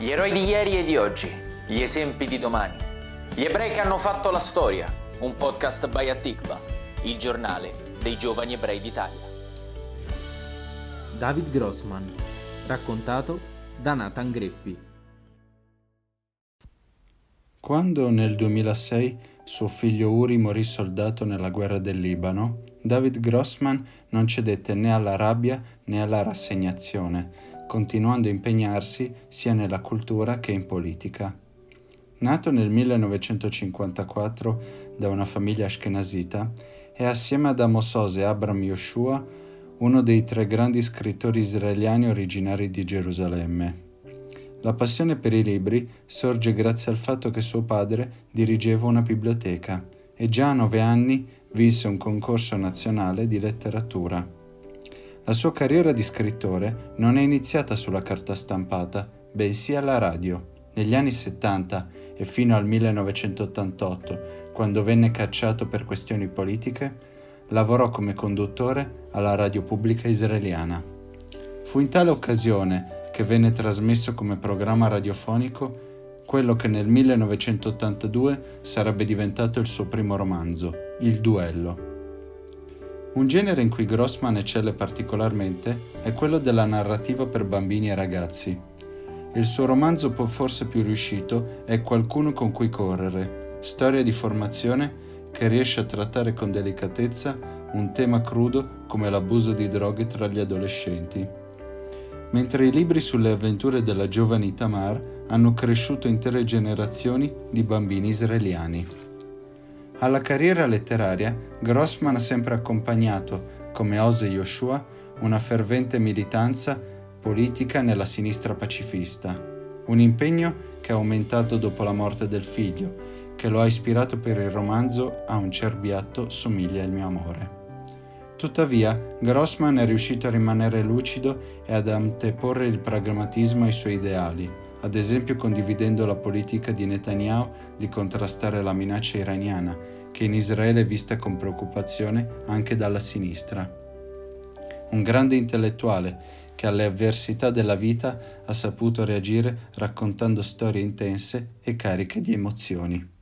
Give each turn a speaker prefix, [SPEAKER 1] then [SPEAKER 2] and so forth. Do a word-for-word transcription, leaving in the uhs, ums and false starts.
[SPEAKER 1] Gli eroi di ieri e di oggi, gli esempi di domani, gli ebrei che hanno fatto la storia, un podcast by Atikva, il giornale dei giovani ebrei d'Italia.
[SPEAKER 2] David Grossman, raccontato da Nathan Greppi.
[SPEAKER 3] Quando nel duemilasei suo figlio Uri morì soldato nella guerra del Libano, David Grossman non cedette né alla rabbia né alla rassegnazione, continuando a impegnarsi sia nella cultura che in politica. Nato nel millenovecentocinquantaquattro da una famiglia ashkenazita, è assieme ad Amos Oz e Abram Yoshua uno dei tre grandi scrittori israeliani originari di Gerusalemme. La passione per i libri sorge grazie al fatto che suo padre dirigeva una biblioteca e già a nove anni vinse un concorso nazionale di letteratura. La sua carriera di scrittore non è iniziata sulla carta stampata, bensì alla radio. Negli anni settanta e fino al millenovecentottantotto, quando venne cacciato per questioni politiche, lavorò come conduttore alla radio pubblica israeliana. Fu in tale occasione che venne trasmesso come programma radiofonico quello che nel millenovecentottantadue sarebbe diventato il suo primo romanzo, Il duello. Un genere in cui Grossman eccelle particolarmente è quello della narrativa per bambini e ragazzi. Il suo romanzo forse più riuscito è Qualcuno con cui correre, storia di formazione che riesce a trattare con delicatezza un tema crudo come l'abuso di droghe tra gli adolescenti. Mentre i libri sulle avventure della giovane Itamar hanno cresciuto intere generazioni di bambini israeliani. Alla carriera letteraria, Grossman ha sempre accompagnato, come Oz e Yoshua, una fervente militanza politica nella sinistra pacifista, un impegno che è aumentato dopo la morte del figlio, che lo ha ispirato per il romanzo A un cerbiatto somiglia il mio amore. Tuttavia, Grossman è riuscito a rimanere lucido e ad anteporre il pragmatismo ai suoi ideali, ad esempio condividendo la politica di Netanyahu di contrastare la minaccia iraniana, che in Israele è vista con preoccupazione anche dalla sinistra. Un grande intellettuale che alle avversità della vita ha saputo reagire raccontando storie intense e cariche di emozioni.